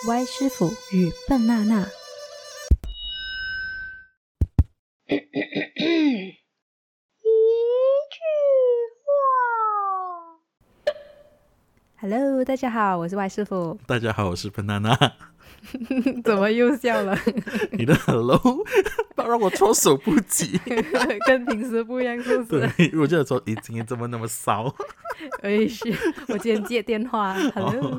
歪师傅与笨娜娜。Hello， 大家好，我是歪师傅。 大家好，我是笨娜娜。 怎么又笑了？ 你的 hello 让我措手不及。 跟平时不一样，是不是？ 对，我觉得说你今天怎么那么骚？ 哎，是我今天接电话 ，hello。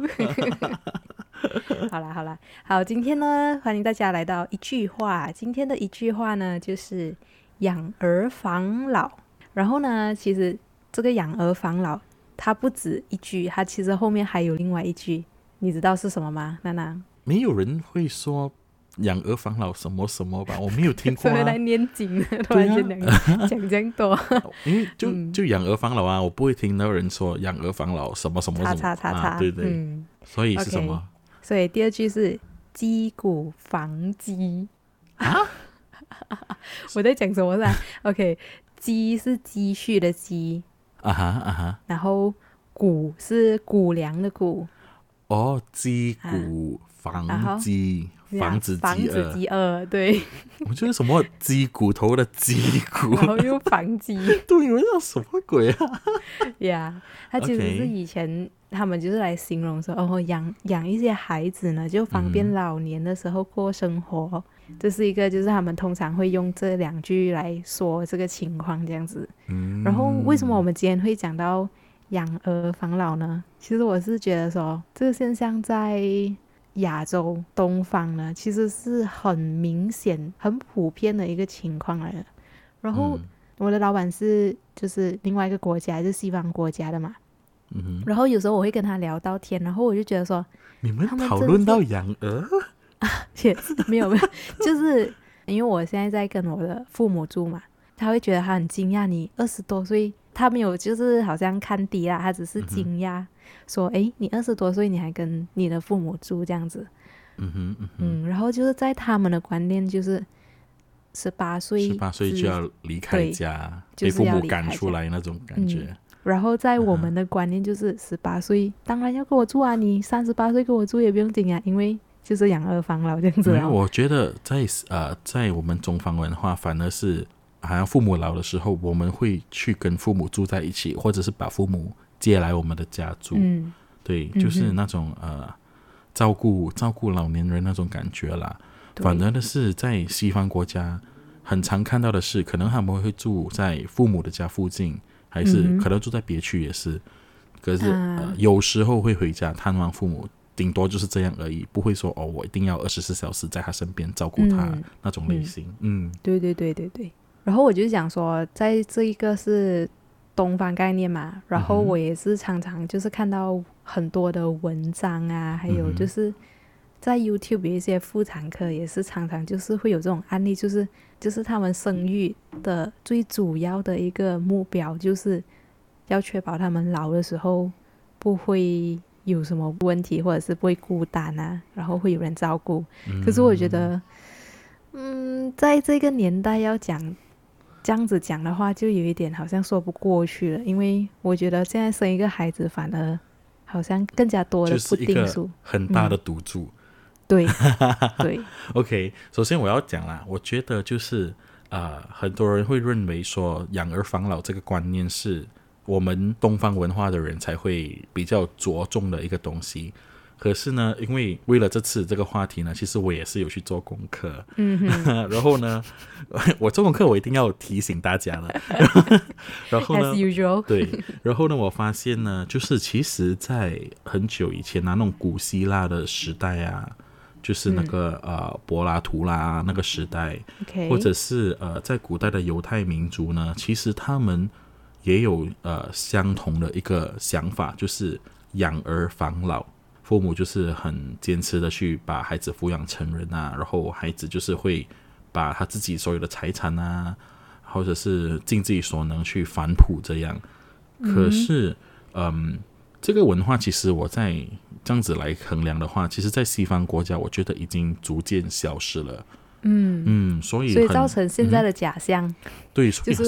好啦，好，今天呢，欢迎大家来到一句话。今天的一句话呢，就是养儿防老。然后呢，其实这个养儿防老，它不止一句，它其实后面还有另外一句，你知道是什么吗？娜娜？ 没有人会说养儿防老什么什么吧？我没有听过所以来念经的，突然间讲这样多。 因为就养儿防老啊，我不会听到人说养儿防老什么什么什么叉， 对对，所以是什么？ 所以第二句是击鼓防饥啊？ 我在讲什么呢 ？OK， 积是积蓄的积然后谷是谷粮的谷。 哦，击鼓防饥，防止饥饿，对。 我觉得什么鸡骨头的鸡骨， 然后又防饥， 对，我想什么鬼啊？ 呀，它其实是以前他们就是来形容说，养一些孩子呢，就方便老年的时候过生活。这是一个，就是他们通常会用这两句来说这个情况这样子。然后为什么我们今天会讲到养儿防老呢？其实我是觉得说，这个现象在亚洲东方呢，其实是很明显很普遍的一个情况来的。然后我的老板是就是另外一个国家，是西方国家的嘛。然后有时候我会跟他聊到天，然后我就觉得说， 你们讨论到养儿也没有，就是因为我现在在跟我的父母住嘛，他会觉得他很惊讶，你20多岁，他没有就是好像看低啦，他只是惊讶说，你20多岁你还跟你的父母住这样子。然后就是在他们的观念就是18岁就要离开家，被父母赶出来那种感觉。 然后在我们的观念就是18岁当然要跟我住啊，你38岁跟我住也不用紧啊，因为就是养儿防老这样子。 因为我觉得在我们中方文化，反而是好像父母老的时候，我们会去跟父母住在一起，或者是把父母接来我们的家住。对，就是那种照顾老年人那种感觉啦。反而的是在西方国家很常看到的是，可能他们会住在父母的家附近，还是可能住在别区也是。可是有时候会回家探望父母，顶多就是这样而已，不会说我一定要24小时在他身边照顾他那种类型。 对。然后我就想说，在这一个是东方概念嘛，然后我也是常常就是看到很多的文章啊，还有就是在 YouTube 有一些妇产科也是常常就是会有这种案例，就是他们生育的最主要的一个目标就是要确保他们老的时候不会有什么问题，或者是不会孤单啊，然后会有人照顾。可是我觉得在这个年代要讲这样子讲的话，就有一点好像说不过去了，因为我觉得现在生一个孩子反而好像更加多的不定数， 就是一个很大的赌注。 对 OK， 首先我要讲啦，我觉得就是很多人会认为说养儿防老这个观念是我们东方文化的人才会比较着重的一个东西。可是呢，因为为了这次这个话题呢，其实我也是有去做功课。然后呢，我做功课我一定要提醒大家了。然后呢 As usual 对，然后呢，我发现呢，就是其实在很久以前那种古希腊的时代啊，就是那个柏拉图啦那个时代，或者是在古代的犹太民族呢，其实他们也有相同的一个想法，就是养儿防老。父母就是很坚持的去把孩子抚养成人啊，然后孩子就是会把他自己所有的财产啊，或者是尽自己所能去反哺这样。可是这个文化其实我在这样子来衡量的话，其实在西方国家我觉得已经逐渐消失了。所以造成现在的假象。 对， 就是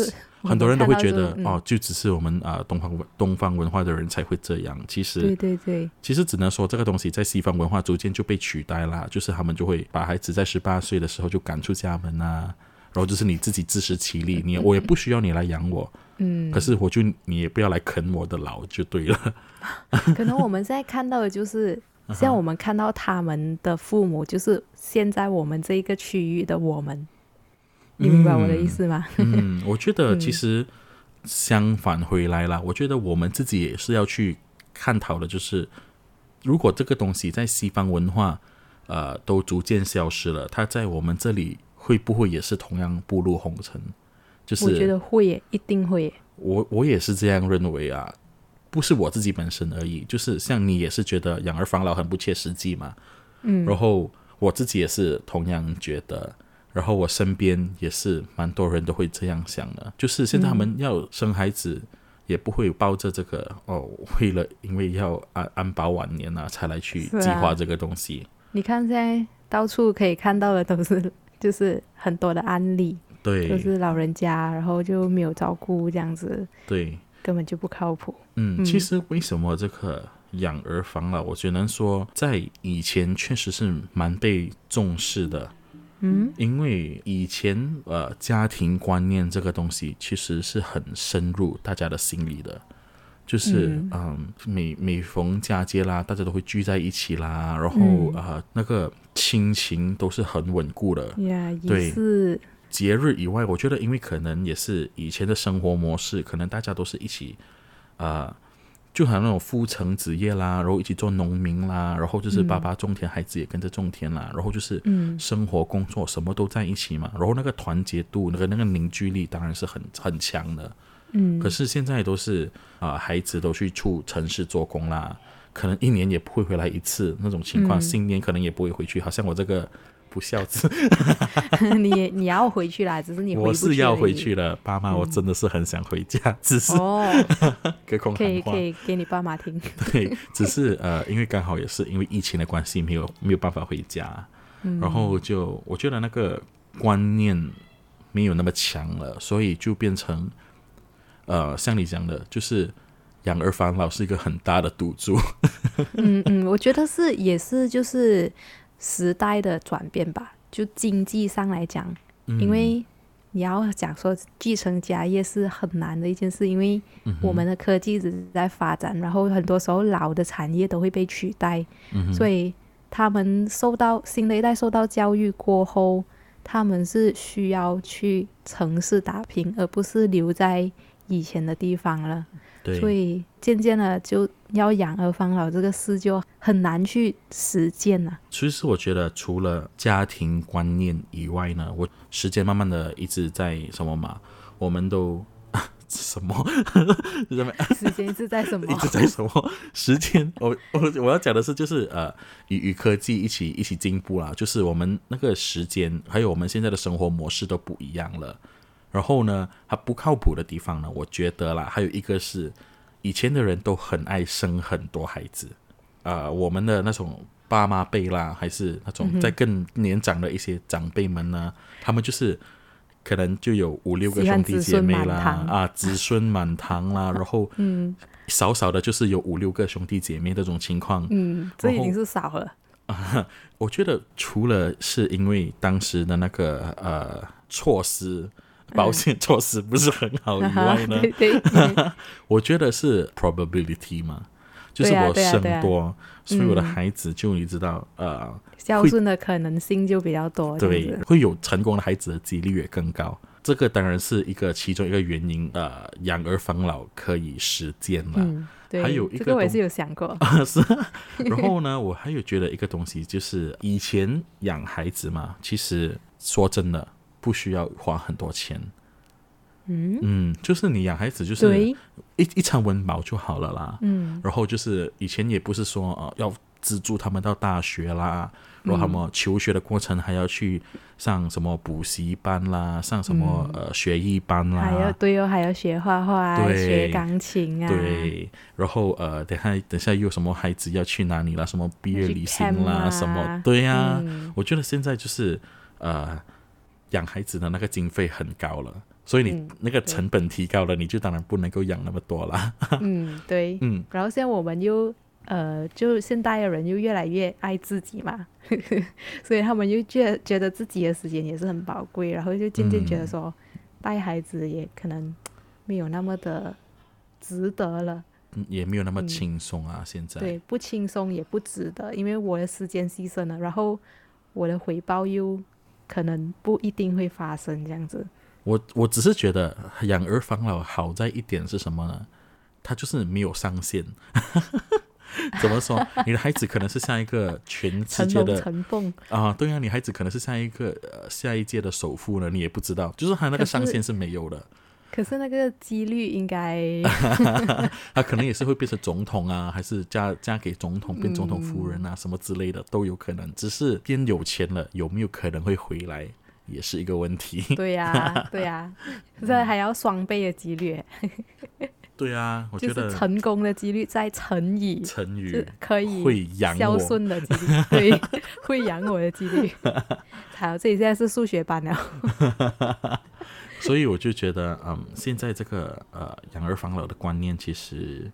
很多人都会觉得就只是我们东方文化的人才会这样，其实对， 其实只能说这个东西在西方文化逐渐就被取代啦，就是他们就会把孩子在18岁的时候就赶出家门啊，然后就是你自己自食其力，我也不需要你来养我，可是你也不要来啃我的老就对了。 可能我们现在看到的就是像我们看到他们的父母，就是现在我们这一个区域的我们，你明白我的意思吗？ 我觉得其实相反回来啦，我觉得我们自己也是要去探讨的，就是如果这个东西在西方文化都逐渐消失了，它在我们这里会不会也是同样步入红尘？就是我觉得会耶，一定会耶。 我也是这样认为啊，不是我自己本身而已，就是像你也是觉得养儿防老很不切实际嘛，然后我自己也是同样觉得，然后我身边也是蛮多人都会这样想的，就是现在他们要生孩子也不会抱着这个为了因为要安保晚年啊才来去计划这个东西。 你看现在到处可以看到的都是就是很多的案例， 对， 都是老人家然后就没有照顾这样子， 对， 根本就不靠谱。 其实为什么这个养儿防老，我只能说在以前确实是蛮被重视的。因为以前家庭观念这个东西其实是很深入大家的心里的，就是每逢佳节啦，大家都会聚在一起啦，然后那个亲情都是很稳固的。对，节日以外，我觉得因为可能也是以前的生活模式，可能大家都是一起就好像那种父承子业啦，然后一起做农民啦，然后就是爸爸种田，孩子也跟着种田啦，然后就是生活工作什么都在一起嘛，然后那个团结度那个凝聚力当然是很强的。可是现在都是孩子都去出城市做工啦，可能1年也不会回来一次那种情况，新年可能也不会回去，好像我这个不孝子你要回去啦，只是你回不去。 我是要回去了，爸妈，我真的是很想回家，只是隔空喊话， 可以给你爸妈听。 对，只是因为刚好也是因为疫情的关系，没有办法回家，然后就我觉得那个观念没有那么强了，所以就变成像你讲的，就是养儿防老是一个很大的赌注。 我觉得也是就是时代的转变吧，就经济上来讲，因为你要讲说继承家业是很难的一件事，因为我们的科技一直在发展，然后很多时候老的产业都会被取代，所以他们新的一代受到教育过后，他们是需要去城市打拼，而不是留在以前的地方了。所以渐渐的就要养儿防老这个事就很难去实践了。 其实我觉得除了家庭观念以外呢，我时间慢慢的一直在什么嘛，我们都什么时间一直在什么一直在什么时间我要讲的是就是与科技一起进步啦，就是我们那个时间还有我们现在的生活模式都不一样了。然后呢，它不靠谱的地方呢，我觉得啦，还有一个是以前的人都很爱生很多孩子，我们的那种爸妈辈啦，还是那种在更年长的一些长辈们呢，他们就是可能就有5-6个兄弟姐妹啦，子孙满堂啦，然后少少的就是有5-6个兄弟姐妹这种情况， 这已经是少了。 我觉得除了是因为当时的那个措施。保险措施不是很好以外呢， 对我觉得是 probability 嘛，就是我生多，所以我的孩子就你知道孝顺的可能性就比较多， 对，会有成功的孩子的几率也更高。这个当然是其中一个原因，养儿防老可以实践了。 对， 还有一个这个我也是有想过是然后呢，我还有觉得一个东西，就是以前养孩子嘛，其实说真的不需要花很多钱，就是你养孩子就是一餐温饱就好了啦，然后就是以前也不是说要资助他们到大学啦，然后他们求学的过程还要去上什么补习班啦，上什么学艺班啦， 还要学画画学钢琴啊， 对，然后等下又有什么孩子要去哪里啦，什么毕业旅行啦，什么对啊，我觉得现在就是养孩子的那个经费很高了， 所以你那个成本提高了，你就当然不能够养那么多啦。 对，然后现在我们又就现代的人又越来越爱自己嘛，所以他们又觉得自己的时间也是很宝贵，然后就渐渐觉得说带孩子也可能没有那么的值得了， 也没有那么轻松啊，现在对，不轻松也不值得，因为我的时间牺牲了，然后我的回报又可能不一定会发生这样子。 我只是觉得养儿防老好在一点是什么呢？它就是没有上限。怎么说？你的孩子可能是下一个全世界的成凤啊，对啊，你孩子可能是下一届的首富呢，你也不知道，就是他那个上限是没有的。 可是那个几率应该他可能也是会变成总统啊，还是嫁给总统变总统夫人啊，什么之类的都有可能。只是变有钱了，有没有可能会回来？也是一个问题。 对呀，对呀，这还要双倍的几率。 对啊，我觉得就是成功的几率再乘以可以会养我孝顺的几率，对，会养我的几率。好，这里现在是数学班了。 所以我就觉得，现在这个养儿防老的观念其实，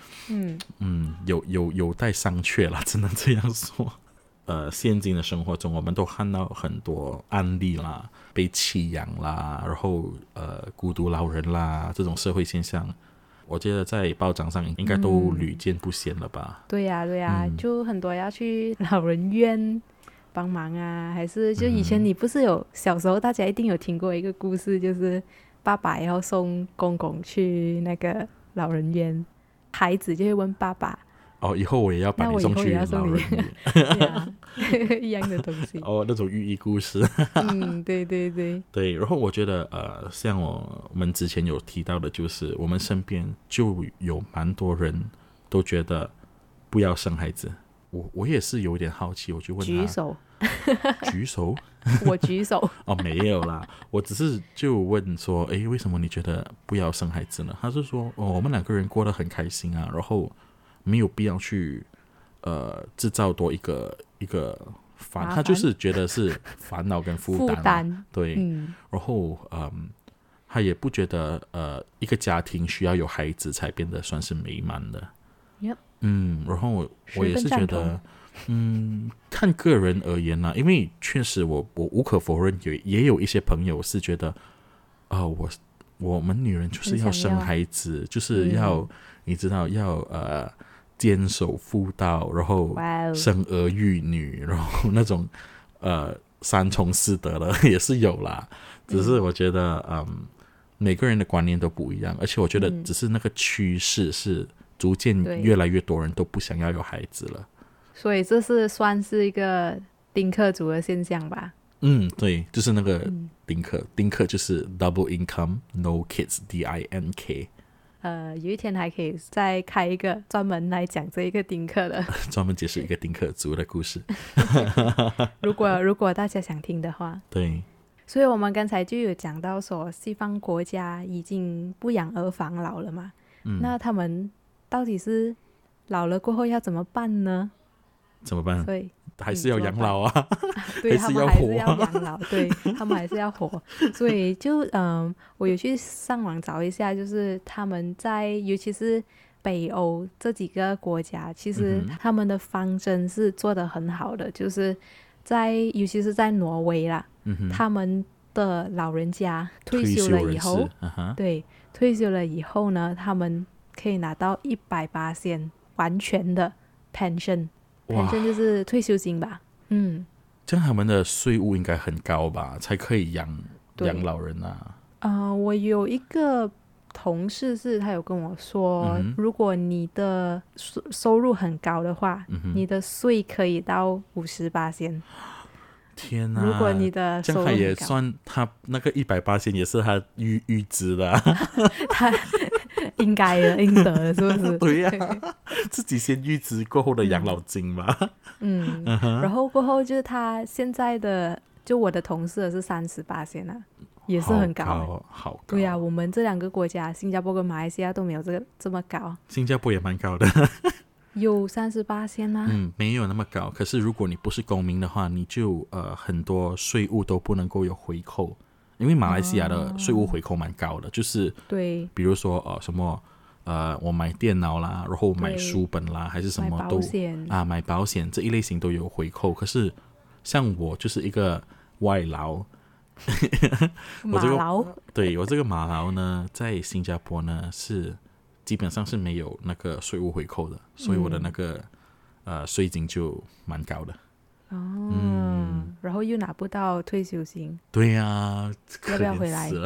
有待商榷啦，只能这样说。现今的生活中，我们都看到很多案例啦，被弃养啦，然后孤独老人啦，这种社会现象，我觉得在报章上应该都屡见不鲜了吧？ 对呀，就很多要去老人院帮忙啊，还是就以前你不是有小时候大家一定有听过一个故事，就是爸爸要送公公去那个老人院，孩子就会问爸爸。 以后我也要把你送去老人院。 一样的东西。 那种寓意故事。 对。 对，然后我觉得像我们之前有提到的，就是我们身边就有蛮多人都觉得不要生孩子。我也是有点好奇，我就问他举手。 举手？ 我举手。 没有啦，我只是就问说，为什么你觉得不要生孩子呢？他是说，我们两个人过得很开心啊，然后没有必要去制造多一个烦，他就是觉得是烦恼跟负担。对，然后他也不觉得一个家庭需要有孩子才变得算是美满的。然后我也是觉得看个人而言啦，因为确实我无可否认也有一些朋友是觉得我们女人就是要生孩子，就是要你知道要坚守妇道，然后生儿育女，然后那种三从四德的也是有啦。只是我觉得每个人的观念都不一样，而且我觉得只是那个趋势是逐渐越来越多人都不想要有孩子了， 所以这是算是一个丁克族的现象吧。 对，就是那个丁克就是 double income no kids DINK。 有一天还可以再开一个专门来讲这一个丁克的专门解释一个丁克族的故事。 如果大家想听的话。 对， 所以我们刚才就有讲到说西方国家已经不养儿防老了嘛，那他们到底是老了过后要怎么办呢？ 怎么办？ 所以还是要养老啊。 对，他们还是要养老。对，他们还是要活。所以就我有去上网找一下，就是他们在尤其是北欧这几个国家，其实他们的方针是做得很好的，就是尤其是在挪威啦，他们的老人家退休了以后，对，退休了以后呢，他们可以拿到100%完全的 pension 就是退休金吧。 这样他们的税务应该很高吧，才可以养老人啊。 我有一个同事他有跟我说，如果你的收入很高的话，你的税可以到50%。 天哪！ 如果你的收入很高， 这样他也算他那个100%也是他预支的他应该的，应得的，是不是？ 对呀，自己先预支过后的养老金嘛。 然后过后就是他现在的，就我的同事的是30%啊，也是很高， 好高。 对呀，我们这两个国家，新加坡跟马来西亚都没有这么高。 新加坡也蛮高的。 有30%吗？ 没有那么高。可是如果你不是公民的话，你就很多税务都不能够有回扣， 因为马来西亚的税务回扣蛮高的，就是对， 比如说什么我买电脑啦，然后买书本啦，还是什么都买保险这一类型都有回扣。可是像我就是一个外劳， 马劳， 对，我这个马劳呢，在新加坡呢是基本上是没有那个税务回扣的，所以我的那个税金就蛮高的。 然后又拿不到退休金， 对呀， 要不要回来？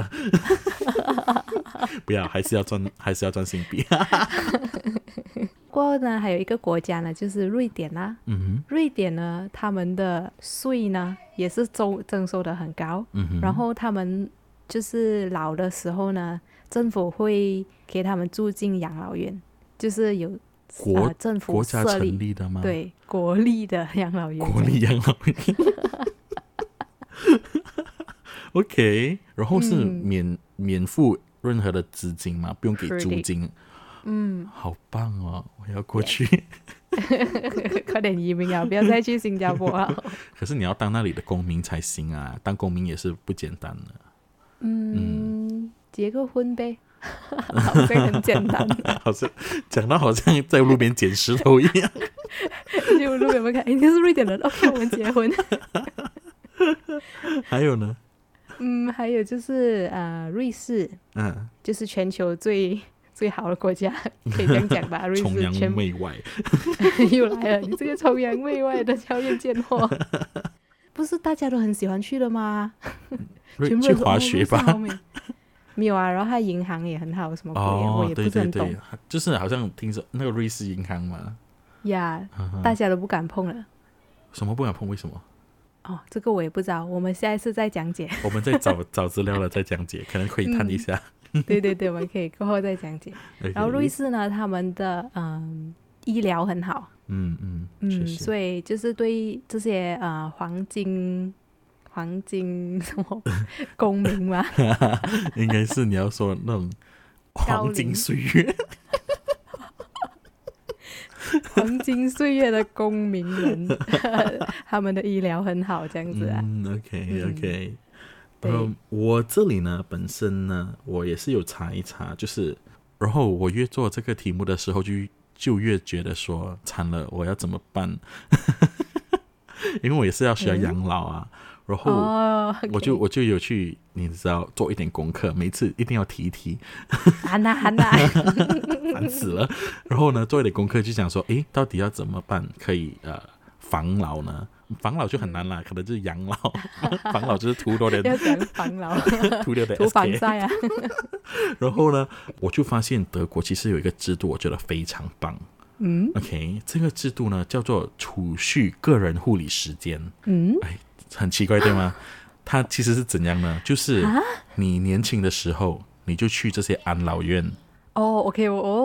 不要，还是要赚新币。 过后呢，还有一个国家呢，就是瑞典啦。瑞典呢，他们的税呢也是征收的很高。然后他们就是老的时候呢，政府会给他们住进养老院，就是有政府国家成立的吗？ 对，国立的养老院。 国立养老院。OK， 然后是免付任何的资金嘛，不用给租金。好棒哦！我要过去。 快点移民啊！不要再去新加坡了。 可是你要当那里的公民才行啊，当公民也是不简单的。 结个婚呗。好像很简单。 好像讲到好像在路边捡石头一样。 就路边看，你是瑞典人 ，OK， 我们结婚。 还有呢？ 还有就是瑞士，就是全球最好的国家，可以这样讲吧？瑞士崇洋媚外。 又来了，你这个崇洋媚外的校园贱货。不是大家都很喜欢去的吗？ 去滑雪吧。 没有啊，然后他银行也很好，什么鬼我也不是很懂。 对，就是好像听说那个瑞士银行嘛， 大家都不敢碰了。 什么不敢碰？为什么？ 这个我也不知道，我们下一次再讲解。 我们再找资料了再讲解，可能可以探一下。 对，我们可以过后再讲解。然后瑞士呢，他们的医疗很好，所以就是对这些黄金什么公民嘛， 应该是你要说那种黄金岁月。 黄金岁月的公民们，他们的医疗很好，这样子啊。 OK。我这里呢，本身呢，我也是有查一查，就是，然后我越做这个题目的时候就越觉得说，惨了，我要怎么办？因为我也是要需要养老啊。然后我就有去，你知道，做一点功课，每次一定要提一提。 烦死了。然后呢，做一点功课，就想说，到底要怎么办可以防老呢？防老就很难啦，可能就是养老。防老就是涂多点， 要讲防老， 涂多点涂防晒啊。 然后呢，我就发现德国其实有一个制度，我觉得非常棒。OK， 这个制度呢叫做储蓄个人护理时间。很奇怪对吗？它其实是怎样呢？就是你年轻的时候，你就去这些安老院。 OK，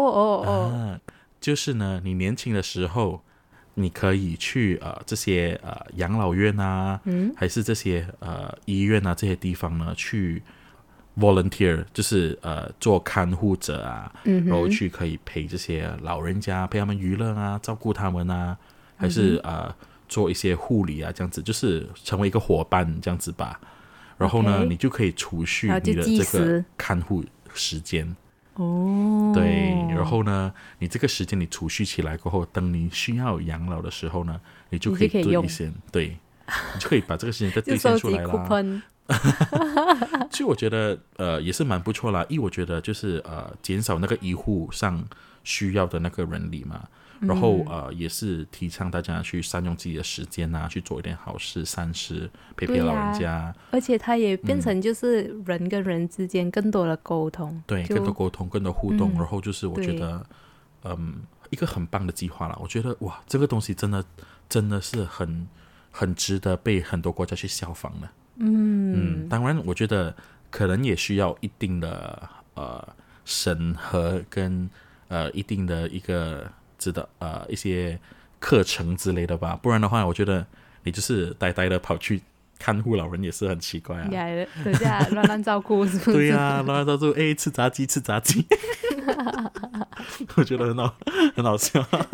就是呢，你年轻的时候，你可以去这些养老院啊，还是这些医院啊这些地方呢，去 volunteer， 就是做看护者啊，然后去可以陪这些老人家，陪他们娱乐啊，照顾他们啊，还是做一些护理啊，这样子就是成为一个伙伴这样子吧。然后呢，你就可以储蓄你的这个看护时间。对，然后呢，你这个时间你储蓄起来过后，等你需要养老的时候呢，你就可以兑现。对，你就可以把这个时间再兑现出来啦。就我觉得也是蛮不错啦，因为我觉得就是减少那个医护上需要的那个人力嘛。然后也是提倡大家去善用自己的时间啊，去做一点好事善事，陪陪老人家。 而且它也变成就是人跟人之间更多的沟通。 对，更多沟通，更多互动。然后就是我觉得一个很棒的计划啦。我觉得哇，这个东西真的是很值得被很多国家去效仿的。当然我觉得可能也需要一定的审核跟一定的一个一些课程之类的吧，不然的话我觉得你就是呆呆的跑去看护老人也是很奇怪啊。 等下乱照顾是不是？ 对啊，乱照顾，吃炸鸡。我觉得很好笑。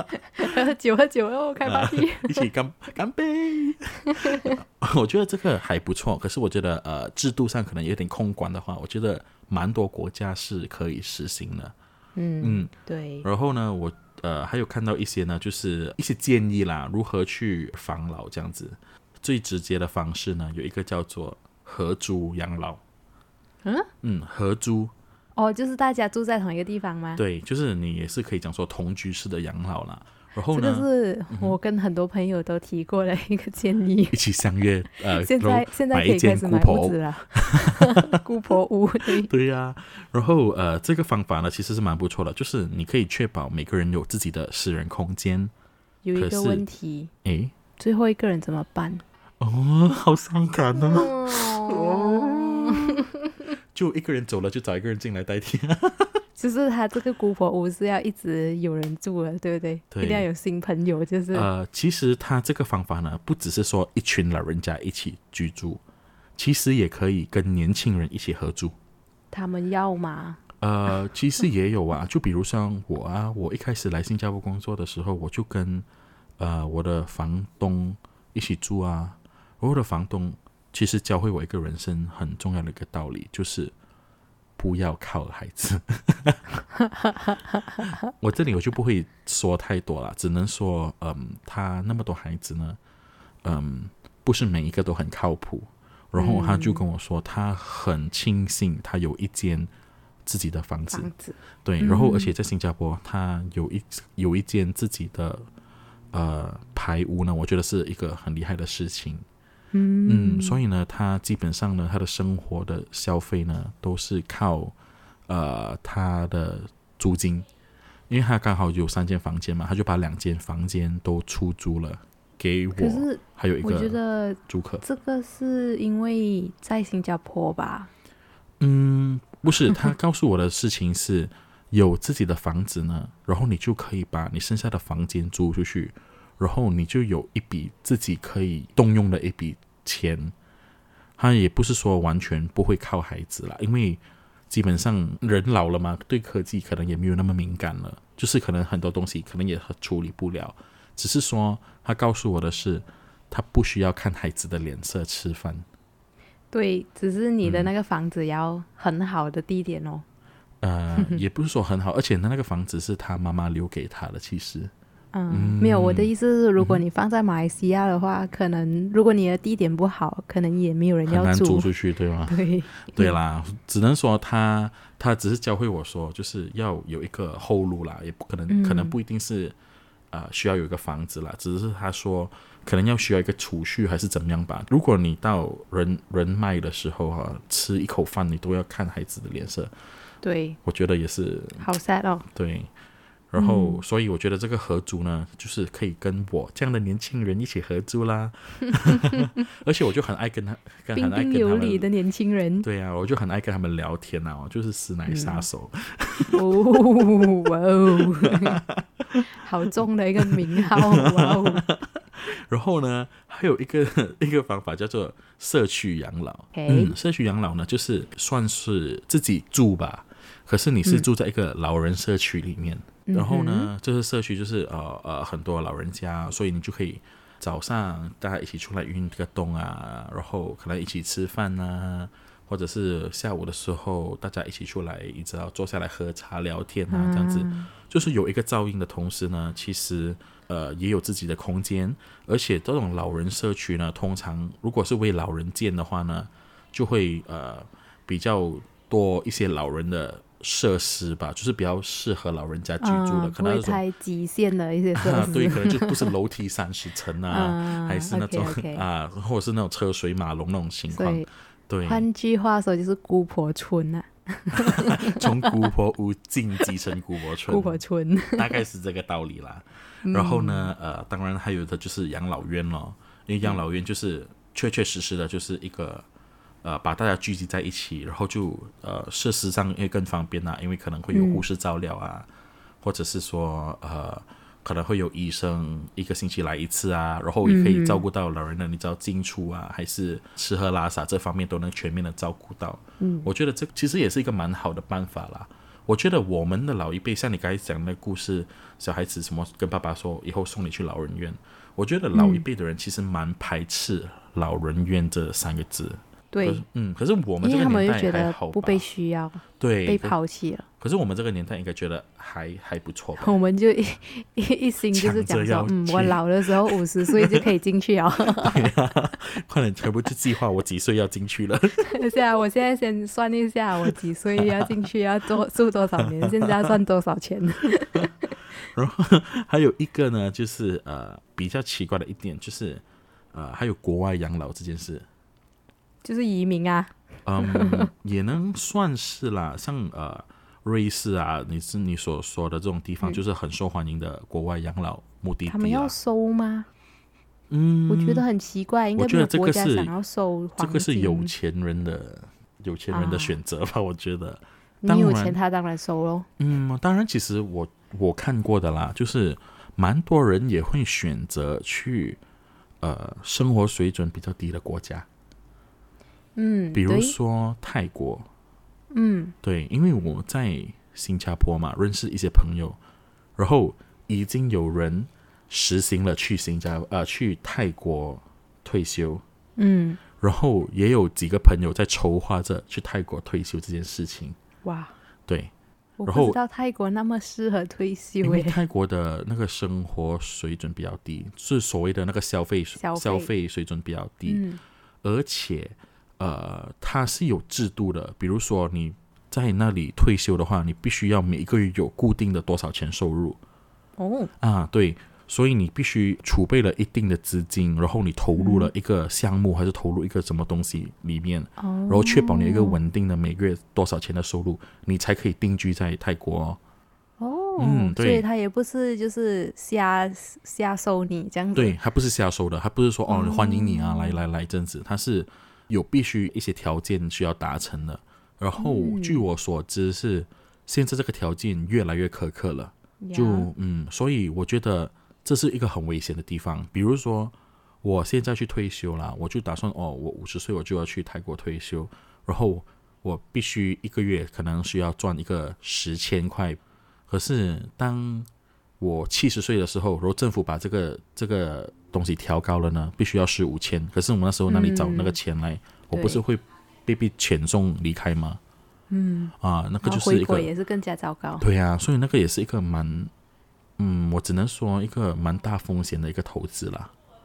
喝酒哦，开 party， 一起干杯。我觉得这个还不错，可是我觉得制度上可能有点空管的话，我觉得蛮多国家是可以实行的。 对。 然后呢，我还有看到一些呢，就是一些建议啦，如何去防老这样子。最直接的方式呢，有一个叫做合租养老。合租。 就是大家住在同一个地方吗？ 对，就是你也是可以讲说同居式的养老啦。然后呢，这个是我跟很多朋友都提过的一个建议。 一起相约现在可以开始买屋子了。姑婆屋。 对呀。然后这个方法呢其实是蛮不错的，就是你可以确保每个人有自己的私人空间。 有一个问题，最后一个人怎么办？ 好伤感就一个人走了，就找一个人进来代替。 就是他这个姑婆屋是要一直有人住的，对不对？对，一定要有新朋友。就是其实他这个方法呢，不只是说一群老人家一起居住，其实也可以跟年轻人一起合住。 他们要吗？ 其实也有啊。就比如像我一开始来新加坡工作的时候，我就跟我的房东一起住啊。我的房东其实教会我一个人生很重要的一个道理，就是不要靠孩子。我这里我就不会说太多了，只能说他那么多孩子呢，不是每一个都很靠谱。然后他就跟我说，他很庆幸他有一间自己的房子。对，然后而且在新加坡他有一间自己的排屋呢，我觉得是一个很厉害的事情。所以呢，他基本上呢，他的生活的消费呢，都是靠他的租金，因为他刚好有3间房间嘛，他就把2间房间都出租了给我。 可是还有一个我觉得租客， 这个是因为在新加坡吧？ 不是，他告诉我的事情是有自己的房子呢，然后你就可以把你剩下的房间租出去。然后你就有一笔自己可以动用的一笔钱。他也不是说完全不会靠孩子啦，因为基本上人老了嘛，对科技可能也没有那么敏感了，就是可能很多东西可能也处理不了。只是说他告诉我的是，他不需要看孩子的脸色吃饭。 对，只是你的那个房子要很好的地点哦。 也不是说很好，而且那个房子是他妈妈留给他的，其实。 没有，我的意思是，如果你放在马来西亚的话，可能如果你的地点不好，可能也没有人要很难租出去，对吗？对啦，只能说他只是教会我说，就是要有一个后路啦，也不可能不一定是需要有一个房子啦，只是他说可能要需要一个储蓄还是怎么样吧。如果你到人脉的时候吃一口饭你都要看孩子的脸色， 对， 我觉得也是好 sad 哦。 对。然后所以我觉得这个合租呢，就是可以跟我这样的年轻人一起合租啦。而且我就很爱跟他彬彬有礼的年轻人。 对啊，我就很爱跟他们聊天啊，就是师奶杀手。 哇哦，好重的一个名号。哇哦。 然后呢，还有一个方法叫做社区养老。社区养老呢，就是算是自己住吧，可是你是住在一个老人社区里面。然后呢，这个社区就是很多老人家，所以你就可以早上大家一起出来运个动啊，然后可能一起吃饭啊，或者是下午的时候大家一起出来，你知道坐下来喝茶聊天啊，这样子就是有一个噪音的同时呢，其实也有自己的空间。而且这种老人社区呢，通常如果是为老人建的话呢，就会比较多一些老人的设施吧，就是比较适合老人家居住的，可能不会太极限的一些设施。 对，可能就不是楼梯30层啊，还是那种或者是那种车水马龙那种情况。对， 换句话说就是姑婆村啊。 从姑婆屋晋级成姑婆村。 姑婆村大概是这个道理啦。然后呢当然还有的就是养老院咯，因为养老院就是确确实实的就是一个把大家聚集在一起，然后就设施上也更方便啦，因为可能会有护士照料啊，或者是说可能会有医生1个星期来1次啊，然后也可以照顾到老人的你知道进出啊，还是吃喝拉撒这方面都能全面的照顾到。我觉得这其实也是一个蛮好的办法啦。 我觉得我们的老一辈，像你刚才讲的那个故事，小孩子什么跟爸爸说以后送你去老人院，我觉得老一辈的人其实蛮排斥老人院这3个字。 对， 可是我们这个年代还好吧， 因为他们就觉得不被需要， 对， 被抛弃了。 可是我们这个年代应该觉得还不错吧？ 我们就一心就是讲说，我老的时候50岁就可以进去了。 对啊，快点，全部就计划我几岁要进去了。 是啊，我现在先算一下，我几岁要进去，要住多少年，现在要赚多少钱。 然后还有一个呢，就是比较奇怪的一点，就是还有国外养老这件事。 就是移民啊， 也能算是啦，像瑞士啊，你所说的这种地方，就是很受欢迎的国外养老目的地。 他们要收吗？我觉得很奇怪，应该没有国家想要收黄金。 这个是有钱人的选择吧？我觉得， 你有钱他当然收咯。 当然，其实我看过的啦，就是蛮多人也会选择去生活水准比较低的国家。比如说泰国，对，因为我在新加坡嘛，认识一些朋友，然后已经有人实行了去泰国退休，然后也有几个朋友在筹划着去泰国退休这件事情。 哇， 对， 我不知道泰国那么适合退休耶， 因为泰国的那个生活水准比较低，是所谓的那个消费水准比较低，而且它是有制度的，比如说你在那里退休的话，你必须要每一个月有固定的多少钱收入。对，所以你必须储备了一定的资金，然后你投入了一个项目，还是投入一个什么东西里面，然后确保你有一个稳定的每个月多少钱的收入，你才可以定居在泰国。对， 所以他也不是就是瞎收你这样子。 对，他不是瞎收的，他不是说欢迎你啊，来这样子，他是有必须一些条件需要达成的。然后据我所知是现在这个条件越来越苛刻了，所以我觉得这是一个很危险的地方。比如说我现在去退休啦，我就打算我50岁我就要去泰国退休，然后我必须一个月可能需要赚一个10,000块。可是当我70岁的时候，然后政府把这个东西调高了呢，必须要15,000。可是我们那时候哪里找那个钱来？我不是会被遣送离开吗？那个就是一个回国也是更加糟糕。 对啊，所以那个也是一个我只能说一个蛮大风险的一个投资啦。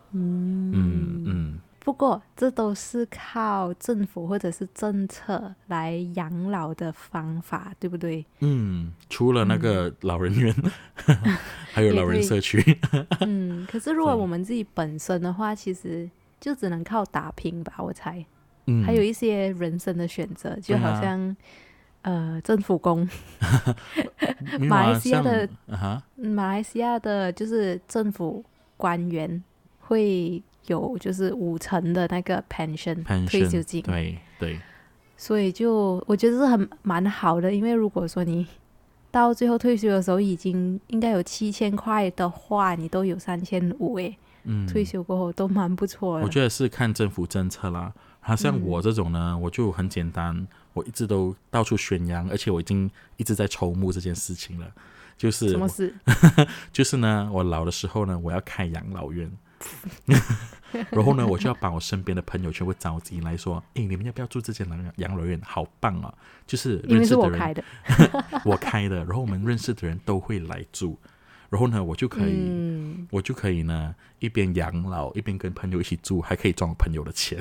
不过这都是靠政府或者是政策来养老的方法，对不对？ 除了那个老人院还有老人社区。 可是如果我们自己本身的话，其实就只能靠打拼吧，我猜。还有一些人生的选择，就好像政府工马来西亚的就是政府官员会有就是50%的那个 pension 退休金。 对， 所以就我觉得是蛮好的，因为如果说你到最后退休的时候已经应该有7000块的话，你都有3500退休过后都蛮不错的。 我觉得是看政府政策啦。像我这种呢，我就很简单，我一直都到处宣扬，而且我已经一直在筹募这件事情了。就是什么事？ 就是呢，我老的时候呢，我要开养老院。然后呢，我就要把我身边的朋友全部召集来说，你们要不要住这间养老院？好棒啊！就是认识的人，因为是我开的我开的，然后我们认识的人都会来住。然后呢，我就可以呢，一边养老一边跟朋友一起住，还可以赚我朋友的钱。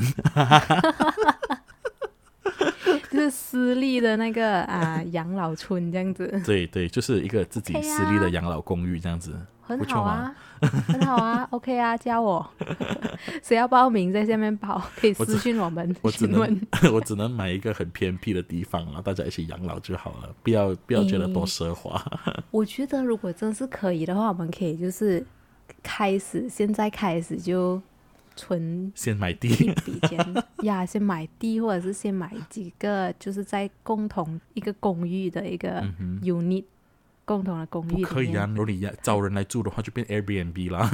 就是私立的那个养老村这样子。 对，就是一个自己私立的养老公寓这样子。 很好啊，很好啊，OK 啊，加我。谁要报名在下面报，可以私讯我们。 我只能买一个很偏僻的地方啊，大家一起养老就好了，不要觉得多奢华。 我觉得如果真是可以的话，我们可以就是现在开始就先买地一笔钱呀，先买地，或者是先买几个就是在共同一个公寓的一个 unit。共同的公寓里面不可以啊！如果你找人来住的话，就变 Airbnb 啦，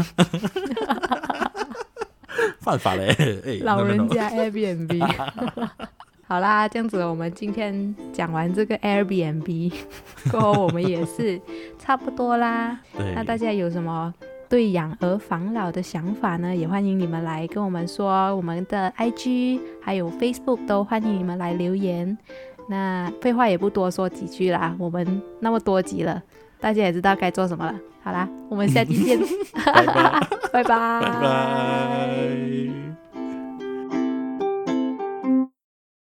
犯法嘞！ 老人家 Airbnb。 好啦，这样子我们今天讲完这个 Airbnb 过后，我们也是差不多啦。那大家有什么对养儿防老的想法呢？也欢迎你们来跟我们说，我们的 IG 还有 Facebook 都欢迎你们来留言。那废话也不多说几句啦，我们那么多集了，大家也知道该做什么了。好啦，我们下期见， 拜拜， 拜拜， 拜拜。